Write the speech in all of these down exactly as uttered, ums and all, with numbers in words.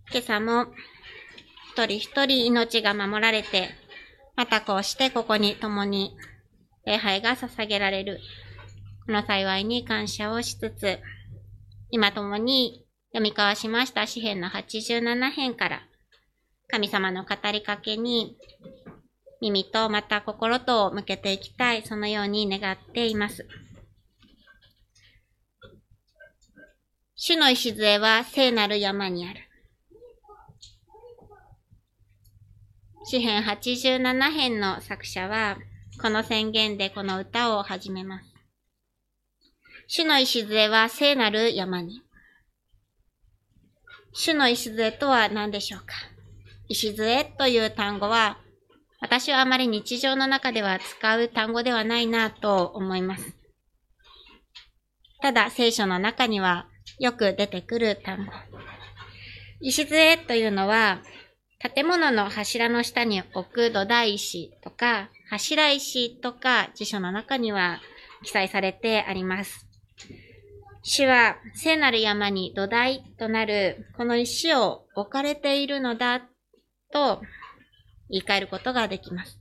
今朝も一人一人命が守られて、またこうしてここに共に礼拝が捧げられる、この幸いに感謝をしつつ、今共に読み交わしました詩編のはちじゅうなな編から、神様の語りかけに耳とまた心とを向けていきたい、そのように願っています。主の礎は聖なる山にある。詩編はちじゅうなな編の作者は、この宣言でこの歌を始めます。主の礎は聖なる山に。主の礎とは何でしょうか。礎という単語は、私はあまり日常の中では使う単語ではないなと思います。ただ聖書の中にはよく出てくる単語。礎というのは、建物の柱の下に置く土台石とか、柱石とか辞書の中には記載されてあります。主は聖なる山に土台となるこの石を置かれているのだと言い換えることができます。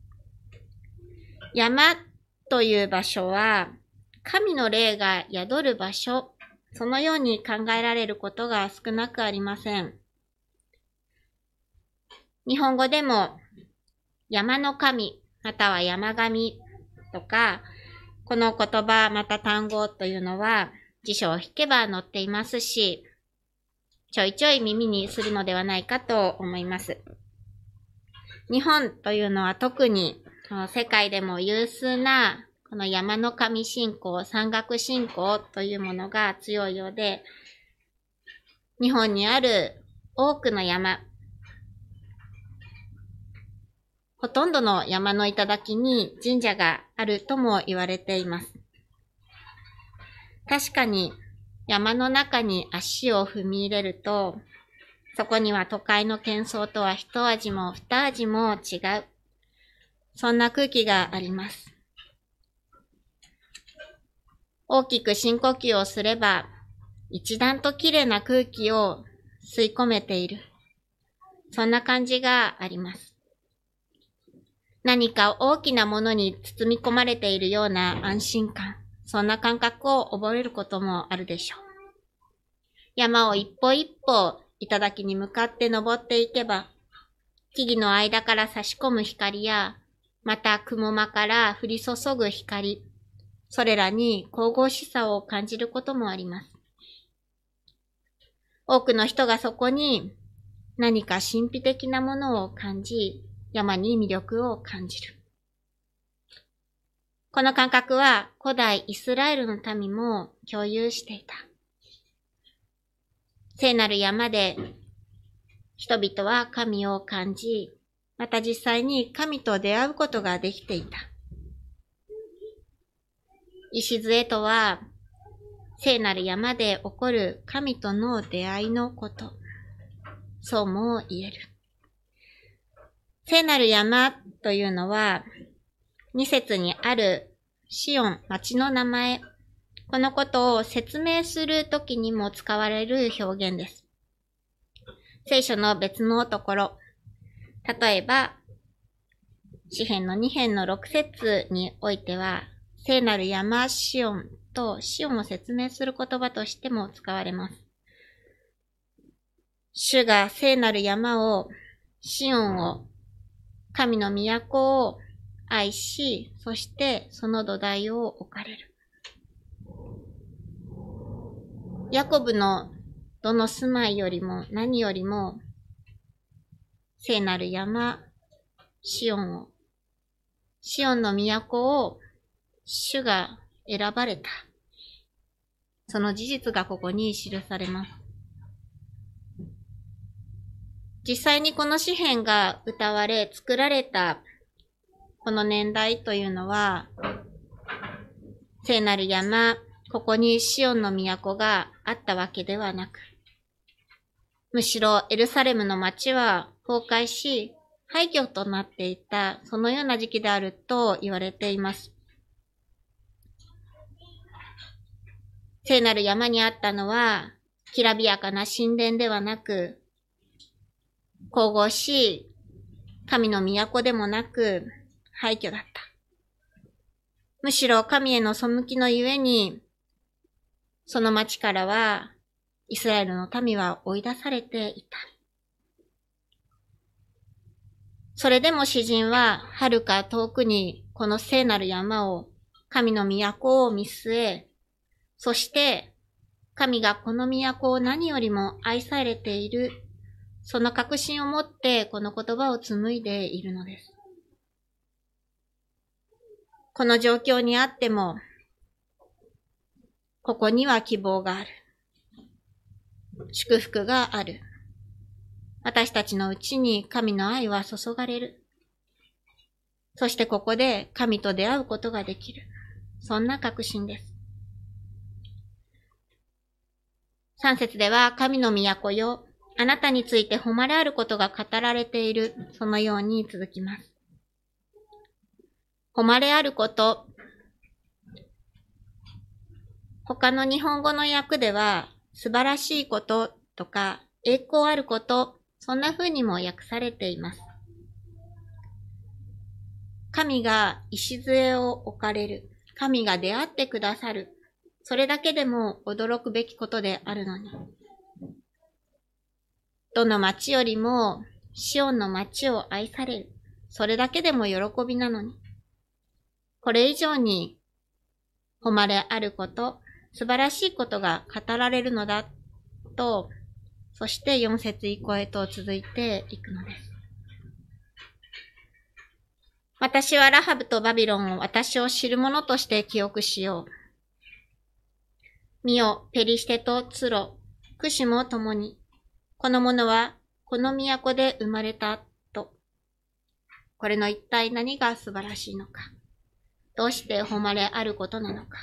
山という場所は神の霊が宿る場所、そのように考えられることが少なくありません。日本語でも山の神または山神とか、この言葉また単語というのは辞書を引けば載っていますし、ちょいちょい耳にするのではないかと思います。日本というのは特に世界でも有数なこの山の神信仰、山岳信仰というものが強いようで、日本にある多くの山、ほとんどの山の頂に神社があるとも言われています。確かに山の中に足を踏み入れると、そこには都会の喧騒とは一味も二味も違う。そんな空気があります。大きく深呼吸をすれば、一段と綺麗な空気を吸い込めている。そんな感じがあります。何か大きなものに包み込まれているような安心感、そんな感覚を覚えることもあるでしょう。山を一歩一歩頂に向かって登っていけば、木々の間から差し込む光や、また雲間から降り注ぐ光、それらに神々しさを感じることもあります。多くの人がそこに何か神秘的なものを感じ、山に魅力を感じる。この感覚は古代イスラエルの民も共有していた。聖なる山で人々は神を感じ、また実際に神と出会うことができていた。礎とは聖なる山で起こる神との出会いのこと。そうも言える。聖なる山というのは、二節にあるシオン、町の名前、このことを説明するときにも使われる表現です。聖書の別のところ、例えば、詩編のに編のろく節においては、聖なる山シオンとシオンを説明する言葉としても使われます。主が聖なる山を、シオンを、神の都を愛し、そしてその土台を置かれる。ヤコブのどの住まいよりも何よりも、聖なる山、シオンを、シオンの都を主が選ばれた。その事実がここに記されます。実際にこの詩編が歌われ作られたこの年代というのは、聖なる山、ここにシオンの都があったわけではなく、むしろエルサレムの町は崩壊し、廃墟となっていた、そのような時期であると言われています。聖なる山にあったのは、きらびやかな神殿ではなく、 神々しい神の都でもなく廃墟だった。むしろ神への背きのゆえに、その町からはイスラエルの民は追い出されていた。それでも詩人は遥か遠くにこの聖なる山を、神の都を見据え、そして神がこの都を何よりも愛されている、その確信を持ってこの言葉を紡いでいるのです。この状況にあっても、ここには希望がある。祝福がある。私たちのうちに神の愛は注がれる。そしてここで神と出会うことができる。そんな確信です。さん節では、神の都よ、あなたについて誉れあることが語られている。そのように続きます。誉れあること。他の日本語の訳では、素晴らしいこととか、栄光あること、そんな風にも訳されています。神が礎を置かれる。神が出会ってくださる。それだけでも驚くべきことであるのに。どの町よりもシオンの町を愛される。それだけでも喜びなのに。これ以上に誉れあること、素晴らしいことが語られるのだと、そしてよん節以降へと続いていくのです。私はラハブとバビロンを私を知る者として記憶しよう。見よ、ペリシテとツロ、クシも共に、この者はこの都で生まれたと。これの一体何が素晴らしいのか。どうして誉れあることなのか。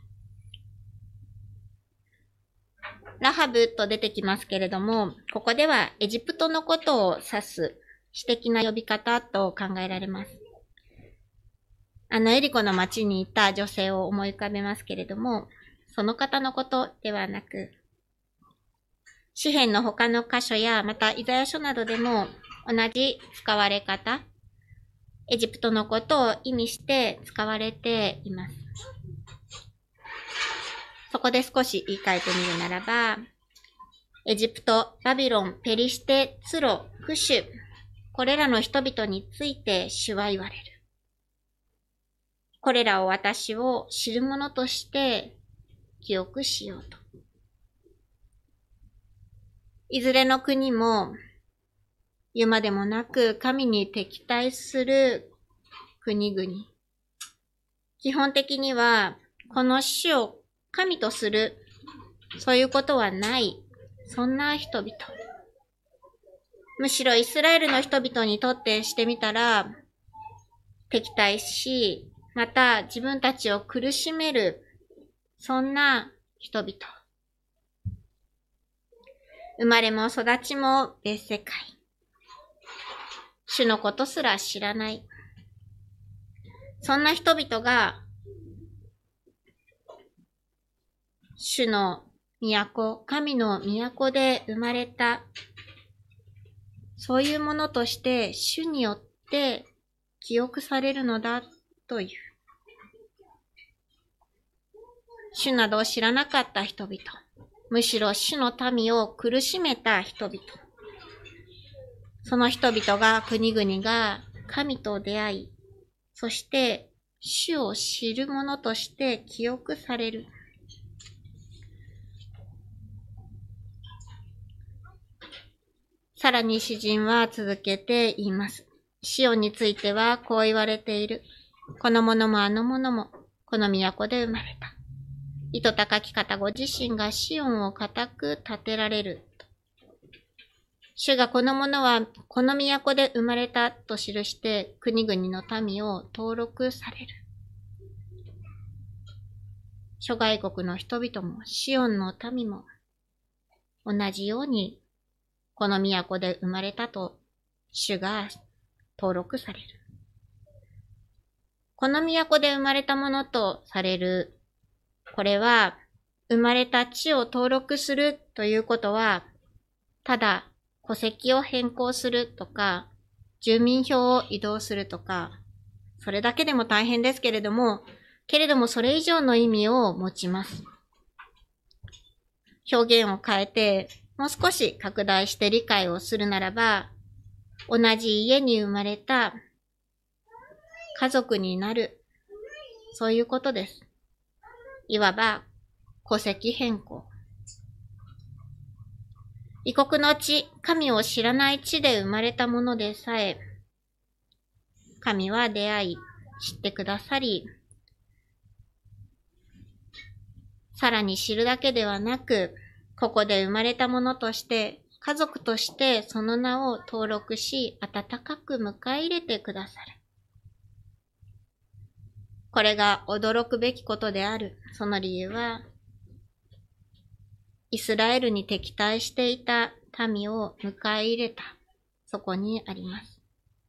ラハブと出てきますけれども、ここではエジプトのことを指す詩的な呼び方と考えられます。あのエリコの町にいた女性を思い浮かべますけれども、その方のことではなく、詩篇の他の箇所やまたイザヤ書などでも同じ使われ方、エジプトのことを意味して使われています。そこで少し言い換えてみるならば、エジプト、バビロン、ペリシテ、ツロ、クシュ、これらの人々について主は言われる。これらを私を知る者として記憶しようと。いずれの国も言うまでもなく神に敵対する国々。基本的にはこの主を神とする、そういうことはない。そんな人々。むしろイスラエルの人々にとってしてみたら、敵対し、また自分たちを苦しめる、そんな人々。生まれも育ちも別世界。主のことすら知らない。そんな人々が、主の都、神の都で生まれた、そういうものとして主によって記憶されるのだという。主などを知らなかった人々、むしろ主の民を苦しめた人々、その人々が国々が神と出会い、そして主を知る者として記憶される。さらに詩人は続けて言います。シオンについてはこう言われている。この者もあの者もこの都で生まれた。意図高き方ご自身がシオンを固く立てられる。主がこの者はこの都で生まれたと記して国々の民を登録される。諸外国の人々もシオンの民も同じようにこの都で生まれたと主が登録される。この都で生まれたものとされる。これは生まれた地を登録するということは、ただ戸籍を変更するとか、住民票を移動するとか、それだけでも大変ですけれども、けれどもそれ以上の意味を持ちます。表現を変えて、もう少し拡大して理解をするならば、同じ家に生まれた家族になる。そういうことです。いわば戸籍変更。異国の地、神を知らない地で生まれたものでさえ、神は出会い、知ってくださり、さらに知るだけではなく、ここで生まれたものとして、家族としてその名を登録し、温かく迎え入れてくださる。これが驚くべきことである。その理由は、イスラエルに敵対していた民を迎え入れた。そこにあります。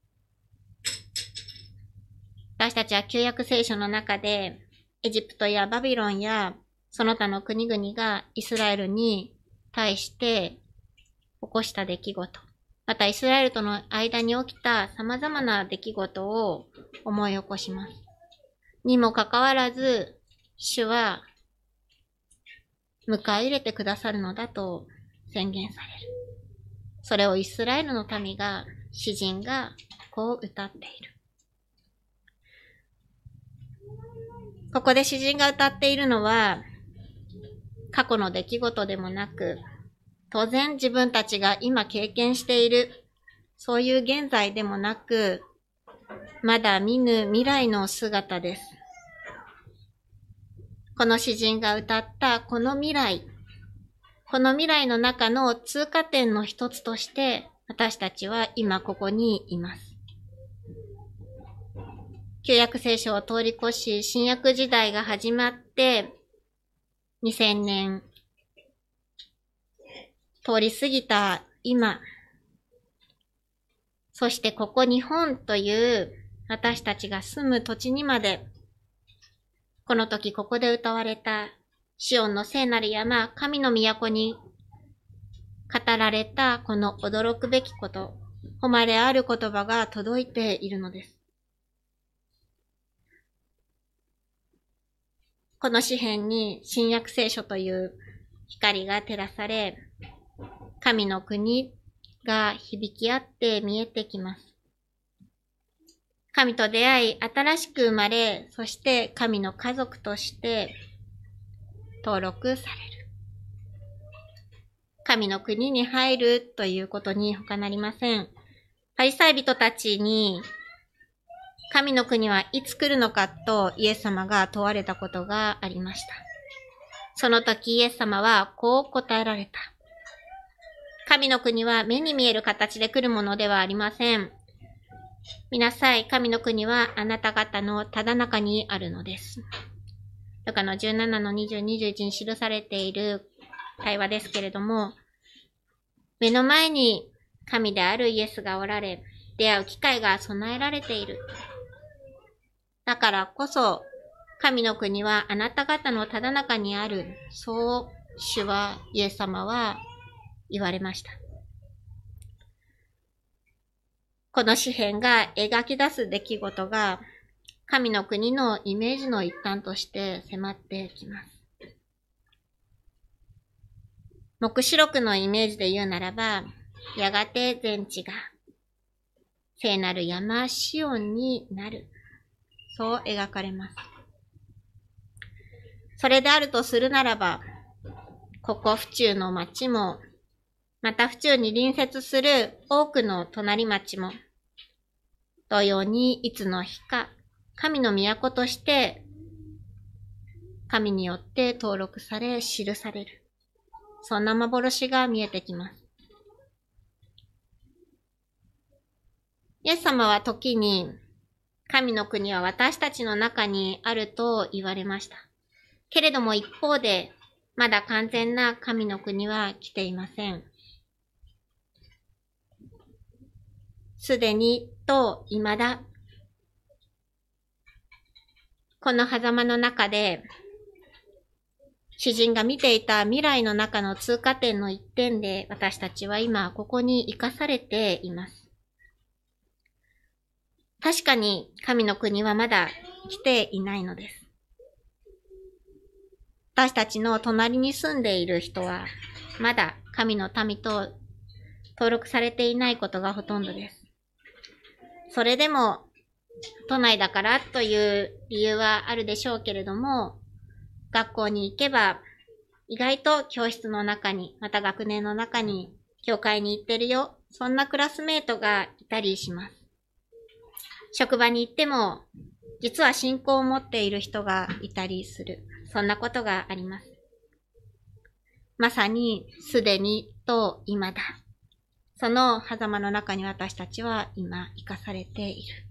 私たちは旧約聖書の中で、エジプトやバビロンやその他の国々がイスラエルに対して起こした出来事、またイスラエルとの間に起きた様々な出来事を思い起こします。にもかかわらず、主は迎え入れてくださるのだと宣言される。それをイスラエルの民が、詩人がこう歌っている。ここで詩人が歌っているのは、過去の出来事でもなく、当然自分たちが今経験している、そういう現在でもなく、まだ見ぬ未来の姿です。この詩人が歌ったこの未来、この未来の中の通過点の一つとして、私たちは今ここにいます。旧約聖書を通り越し、新約時代が始まって、にせんねん通り過ぎた今、そしてここ日本という私たちが住む土地にまで、この時ここで歌われたシオンの聖なる山、神の都に語られたこの驚くべきこと、誉れある言葉が届いているのです。この詩篇に新約聖書という光が照らされ、神の国が響き合って見えてきます。神と出会い、新しく生まれ、そして神の家族として登録される。神の国に入るということに他なりません。パリサイ人たちに、神の国はいつ来るのかとイエス様が問われたことがありました。その時イエス様はこう答えられた。神の国は目に見える形で来るものではありません。見なさい、神の国はあなた方のただ中にあるのです。ルカのじゅうななのにじゅう、にじゅういちに記されている対話ですけれども、目の前に神であるイエスがおられ、出会う機会が備えられている。だからこそ、神の国はあなた方のただ中にある。そう、主は、イエス様は言われました。この詩篇が描き出す出来事が、神の国のイメージの一端として迫ってきます。黙示録のイメージで言うならば、やがて全地が聖なる山シオンになる。そう描かれます。それであるとするならば、ここ府中の町も、また府中に隣接する多くの隣町も、同様にいつの日か、神の都として、神によって登録され、記される。そんな幻が見えてきます。イエス様は時に、神の国は私たちの中にあると言われました。けれども一方で、まだ完全な神の国は来ていません。すでにと未だ、この狭間の中で、 詩人が見ていた未来の中の通過点の一点で、私たちは今ここに生かされています。確かに神の国はまだ来ていないのです。私たちの隣に住んでいる人は、まだ神の民と登録されていないことがほとんどです。それでも、都内だからという理由はあるでしょうけれども、学校に行けば、意外と教室の中に、また学年の中に、教会に行ってるよ、そんなクラスメートがいたりします。職場に行っても、実は信仰を持っている人がいたりする。そんなことがあります。まさに、すでにと今だ。その狭間の中に私たちは今生かされている。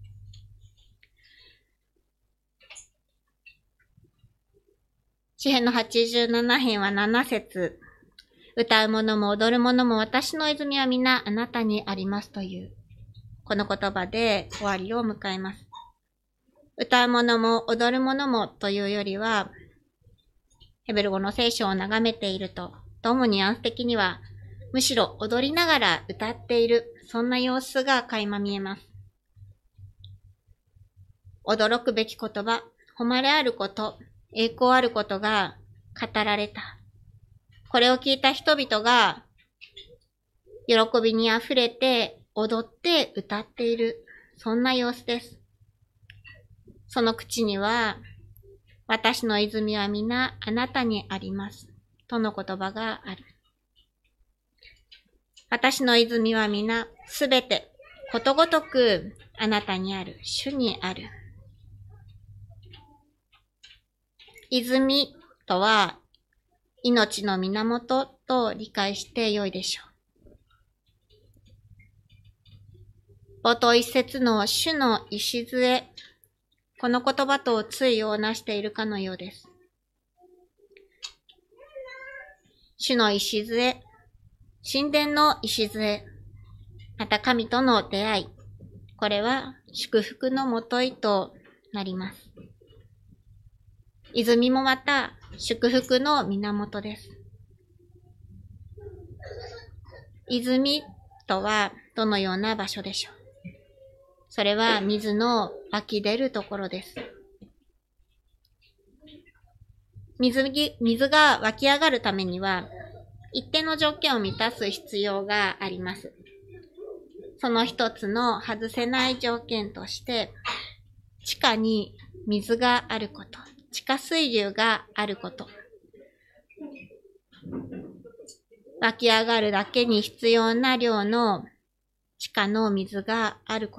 詩編のはちじゅうなな編はなな節。歌う者も踊る者も私の泉は皆あなたにありますという、この言葉で終わりを迎えます。歌う者も踊る者もというよりは、ヘブル語の聖書を眺めていると、どうもニュアンス的には、むしろ踊りながら歌っている、そんな様子が垣間見えます。驚くべき言葉、誉れあること、栄光あることが語られた。これを聞いた人々が、喜びにあふれて、踊って歌っている、そんな様子です。その口には、私の泉は皆あなたにあります。との言葉がある。私の泉は皆すべてことごとくあなたにある、主にある。泉とは命の源と理解してよいでしょう。冒頭一節の主の礎、この言葉と対をなしているかのようです。主の礎、神殿の礎、また神との出会い、これは祝福のもといとなります。泉もまた祝福の源です。泉とはどのような場所でしょう。それは水の湧き出るところです。水水が湧き上がるためには一定の条件を満たす必要があります。その一つの外せない条件として、地下に水があること、地下水流があること、湧き上がるだけに必要な量の地下の水があること。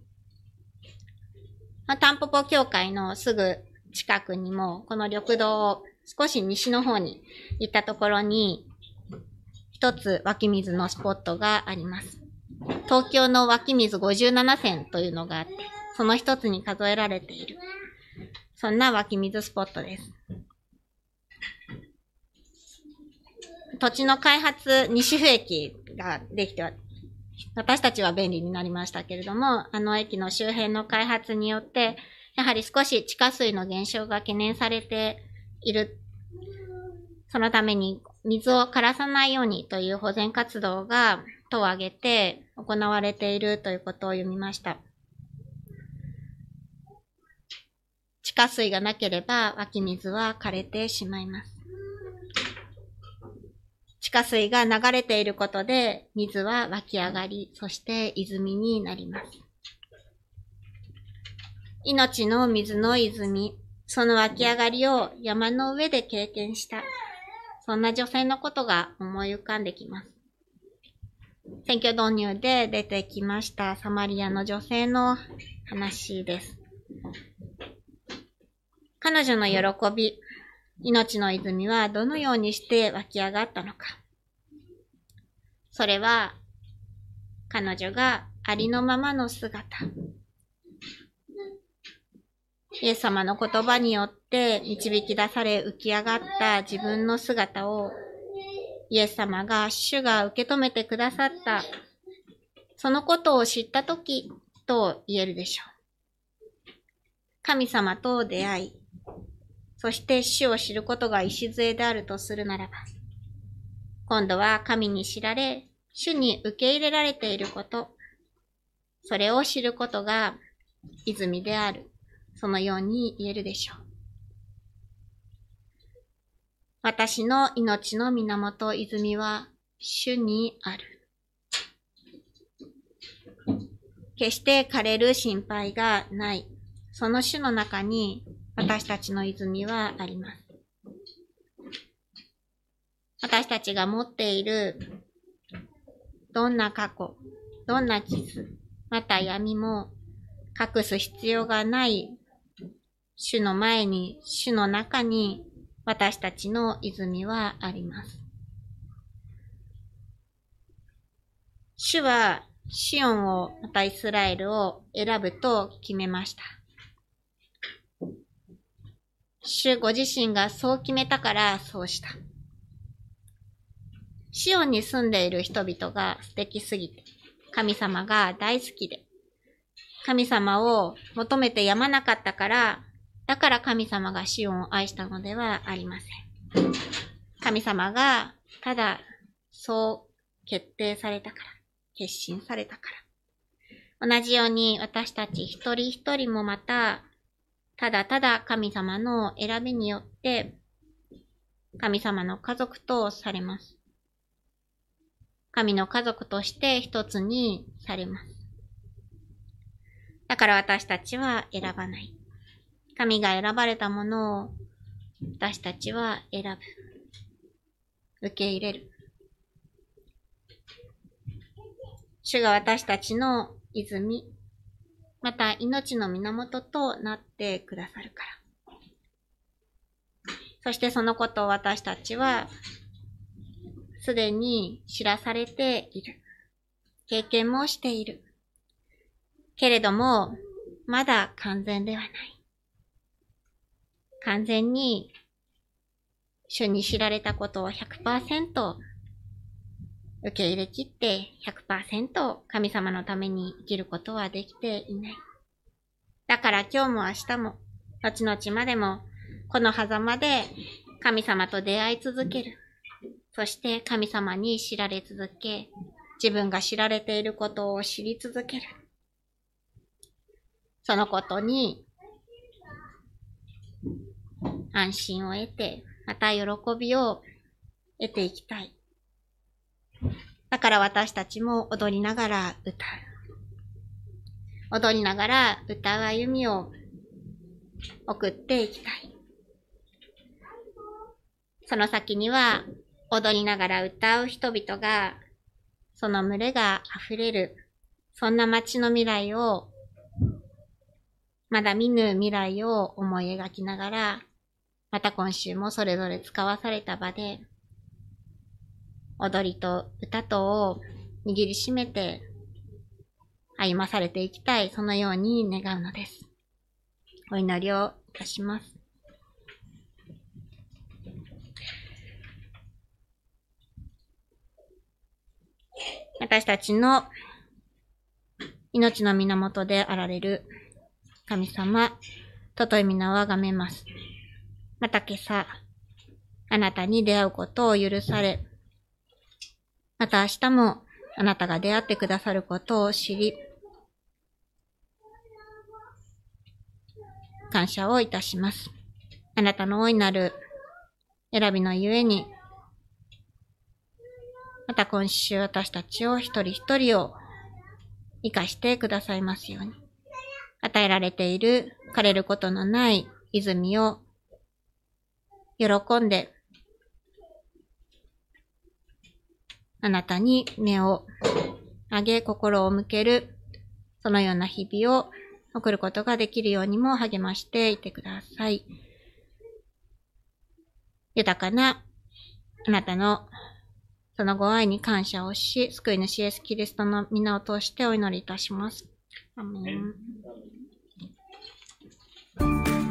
まあ、タンポポ教会のすぐ近くにも、この緑道を少し西の方に行ったところに、一つ湧き水のスポットがあります。東京の湧き水ごじゅうなな選というのがあって、その一つに数えられている。そんな湧き水スポットです。土地の開発、西府駅ができて、私たちは便利になりましたけれども、あの駅の周辺の開発によって、やはり少し地下水の減少が懸念されている。そのために水を枯らさないようにという保全活動が都を挙げて行われているということを読みました。地下水がなければ湧き水は枯れてしまいます。地下水が流れていることで水は湧き上がり、そして泉になります。命の水の泉、その湧き上がりを山の上で経験した、そんな女性のことが思い浮かんできます。選挙導入で出てきましたサマリアの女性の話です。彼女の喜び、命の泉はどのようにして湧き上がったのか。それは彼女がありのままの姿。イエス様の言葉によって導き出され浮き上がった自分の姿をイエス様が主が受け止めてくださった、そのことを知ったときと言えるでしょう。神様と出会い、 そして主を知ることが礎であるとするならば、今度は神に知られ、主に受け入れられていること、それを知ることが泉である。そのように言えるでしょう。私の命の源、泉は主にある。決して枯れる心配がない。その主の中に私たちの泉はあります。私たちが持っているどんな過去、どんな傷、また闇も隠す必要がない主の前に、主の中に私たちの泉はあります。主はシオンをまたイスラエルを選ぶと決めました。主ご自身がそう決めたからそうした。シオンに住んでいる人々が素敵すぎて、神様が大好きで、神様を求めてやまなかったから、だから神様がシオンを愛したのではありません。神様がただそう決定されたから、決心されたから。同じように私たち一人一人もまた、ただただ神様の選びによって、神様の家族とされます。神の家族として一つにされます。だから私たちは選ばない。神が選ばれたものを私たちは選ぶ。受け入れる。主が私たちの泉、また命の源となってくださるから。そしてそのことを私たちはすでに知らされている。経験もしている。けれども、まだ完全ではない。完全に主に知られたことを ひゃくパーセント 受け入れきって ひゃくパーセント 神様のために生きることはできていない。だから今日も明日も、後々までも、この狭間で神様と出会い続ける。そして神様に知られ続け、自分が知られていることを知り続ける。そのことに安心を得て、また喜びを得ていきたい。だから私たちも踊りながら歌う。踊りながら歌う歩みを送っていきたい。その先には踊りながら歌う人々が、その群れが溢れる、そんな街の未来を、まだ見ぬ未来を思い描きながら、また今週もそれぞれ使わされた場で、踊りと歌とを握りしめて歩まされていきたい、そのように願うのです。お祈りをいたします。私たちの命の源であられる神様、尊い皆をあがめます。また今朝、あなたに出会うことを許され、また明日もあなたが出会ってくださることを知り、感謝をいたします。あなたの大いなる選びのゆえに、また今週私たちを一人一人を生かしてくださいますように。与えられている枯れることのない泉を喜んで、あなたに目を上げ心を向ける、そのような日々を送ることができるようにも励ましていてください。豊かなあなたのそのご愛に感謝をし、救い主イエスキリストの皆を通してお祈りいたします。アーメン。